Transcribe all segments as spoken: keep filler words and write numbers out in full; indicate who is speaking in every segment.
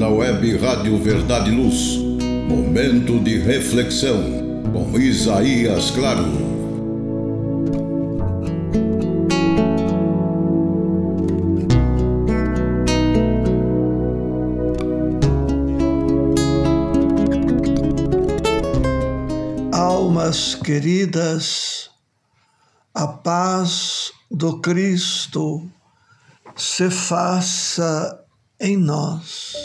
Speaker 1: na web Rádio Verdade e Luz. Momento de reflexão com Isaías Claro.
Speaker 2: Almas queridas, a paz do Cristo se faça em nós.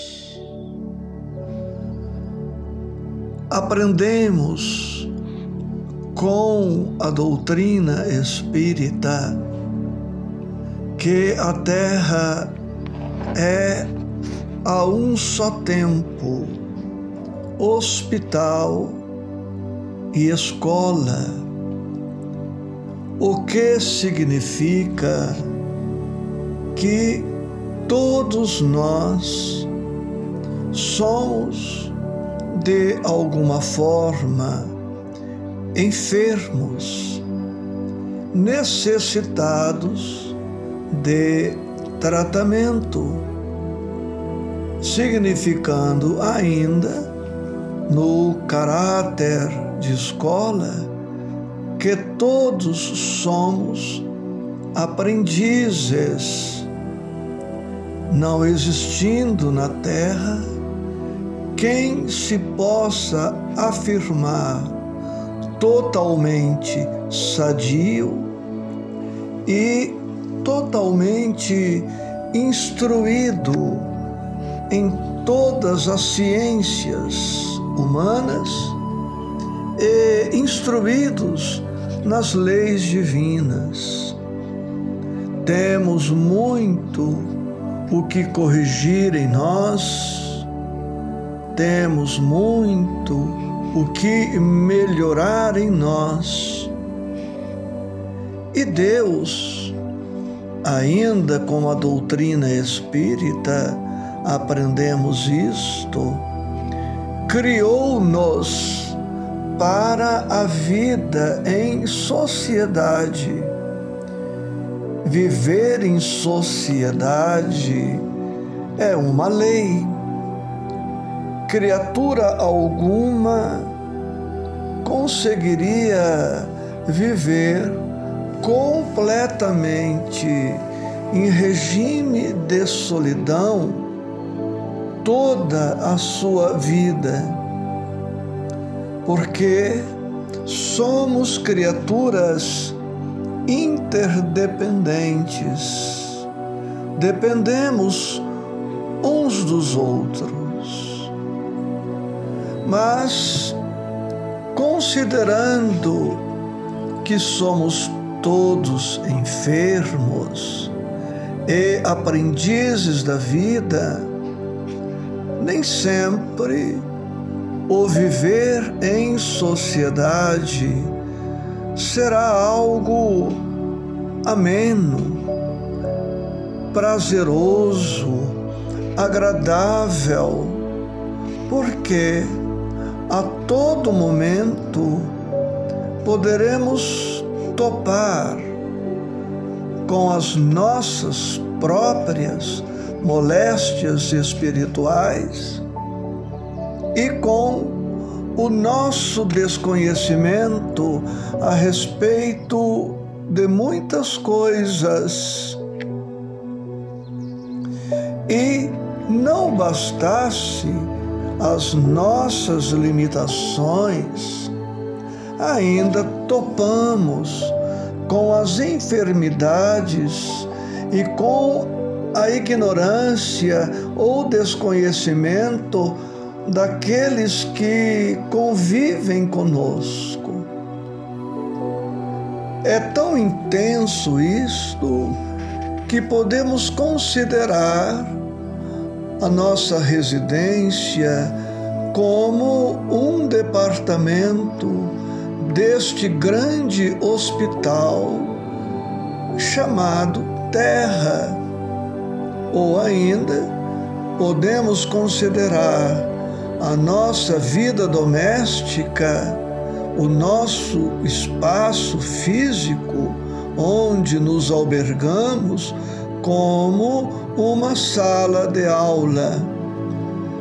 Speaker 2: Aprendemos com a doutrina espírita que a Terra é a um só tempo hospital e escola, o que significa que todos nós somos, de alguma forma, enfermos, necessitados de tratamento, significando ainda, no caráter de escola, que todos somos aprendizes, não existindo na Terra quem se possa afirmar totalmente sadio e totalmente instruído em todas as ciências humanas e instruídos nas leis divinas. Temos muito o que corrigir em nós, temos muito o que melhorar em nós. E Deus, ainda com a doutrina espírita, aprendemos isto, criou-nos para a vida em sociedade. Viver em sociedade é uma lei. Criatura alguma conseguiria viver completamente em regime de solidão toda a sua vida, porque somos criaturas interdependentes, dependemos uns dos outros. Mas, considerando que somos todos enfermos e aprendizes da vida, nem sempre o viver em sociedade será algo ameno, prazeroso, agradável, porque a todo momento poderemos topar com as nossas próprias moléstias espirituais e com o nosso desconhecimento a respeito de muitas coisas. E não bastasse as nossas limitações, ainda topamos com as enfermidades e com a ignorância ou desconhecimento daqueles que convivem conosco. É tão intenso isto que podemos considerar a nossa residência como um departamento deste grande hospital chamado Terra. Ou ainda podemos considerar a nossa vida doméstica, o nosso espaço físico onde nos albergamos, como uma sala de aula.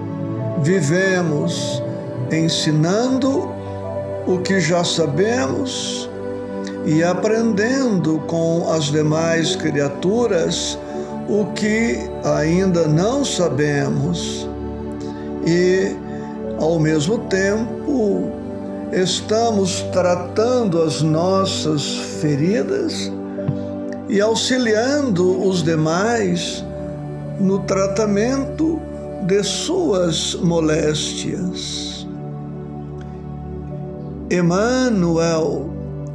Speaker 2: vivemos ensinando o que já sabemos e aprendendo com as demais criaturas o que ainda não sabemos. E, ao mesmo tempo, estamos tratando as nossas feridas e auxiliando os demais no tratamento de suas moléstias. Emmanuel,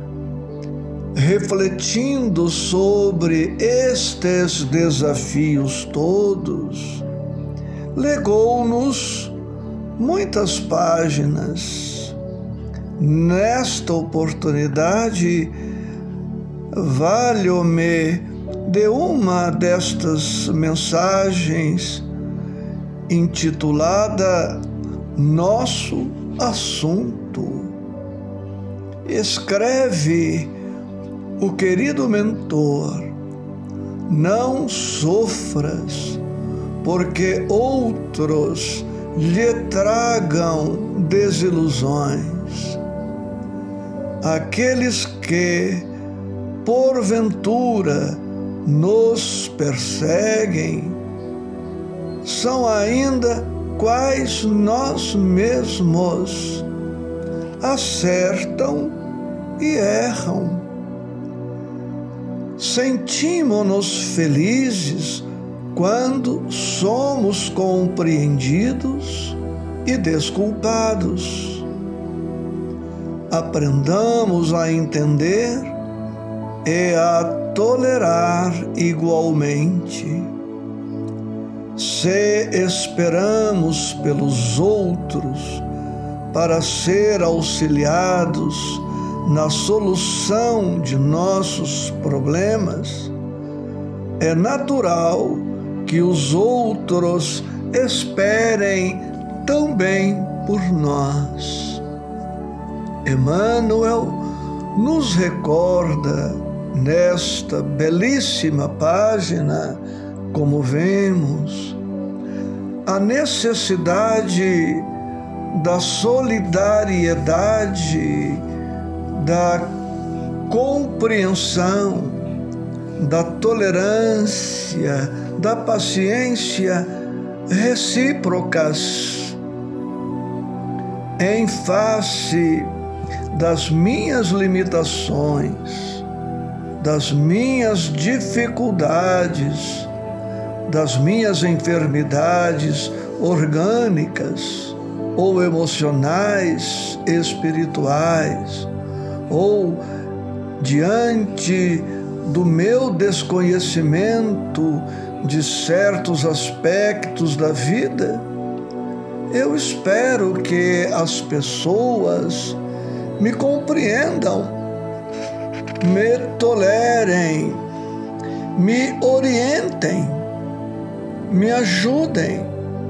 Speaker 2: refletindo sobre estes desafios todos, legou-nos muitas páginas. Nesta oportunidade, valho-me de uma destas mensagens intitulada Nosso Assunto. Escreve o querido mentor: não sofras porque outros lhe tragam desilusões. Aqueles que, porventura, nos perseguem são ainda quais nós mesmos, acertam e erram. Sentimos-nos felizes quando somos compreendidos e desculpados. Aprendamos a entender e a tolerar igualmente. Se esperamos pelos outros para ser auxiliados na solução de nossos problemas, é natural que os outros esperem também por nós. Emmanuel nos recorda nesta belíssima página, como vemos, a necessidade da solidariedade, da compreensão, da tolerância, da paciência recíprocas. Em face das minhas limitações, das minhas dificuldades, das minhas enfermidades orgânicas ou emocionais, espirituais, ou diante do meu desconhecimento de certos aspectos da vida, eu espero que as pessoas me compreendam, me tolerem, me orientem, me ajudem.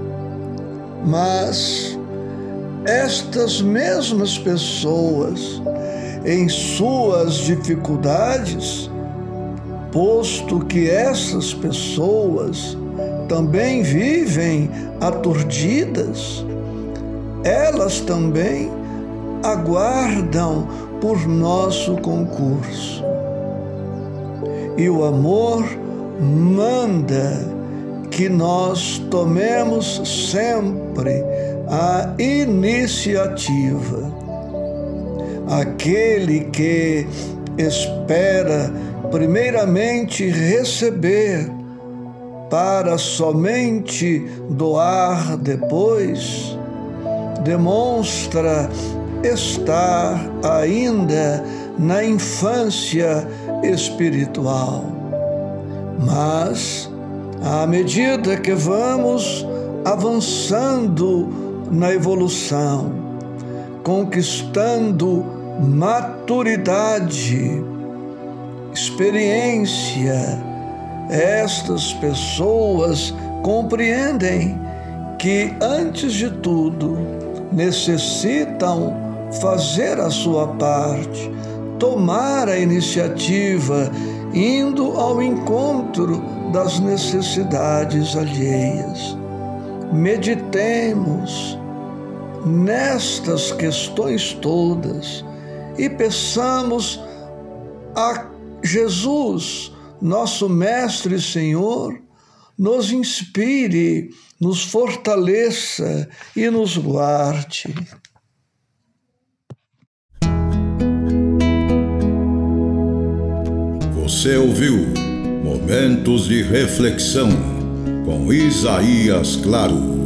Speaker 2: Mas estas mesmas pessoas, em suas dificuldades, posto que essas pessoas também vivem aturdidas, elas também aguardam por nosso concurso. E o amor manda que nós tomemos sempre a iniciativa. Aquele que espera primeiramente receber, para somente doar depois, demonstra estar ainda na infância espiritual. Mas, à medida que vamos avançando na evolução, conquistando maturidade, experiência, estas pessoas compreendem que, antes de tudo, necessitam fazer a sua parte, tomar a iniciativa, indo ao encontro das necessidades alheias. meditemos nestas questões todas e peçamos a Jesus, nosso Mestre e Senhor, nos inspire, nos fortaleça e nos guarde.
Speaker 1: Você ouviu Momentos de Reflexão com Isaías Claro.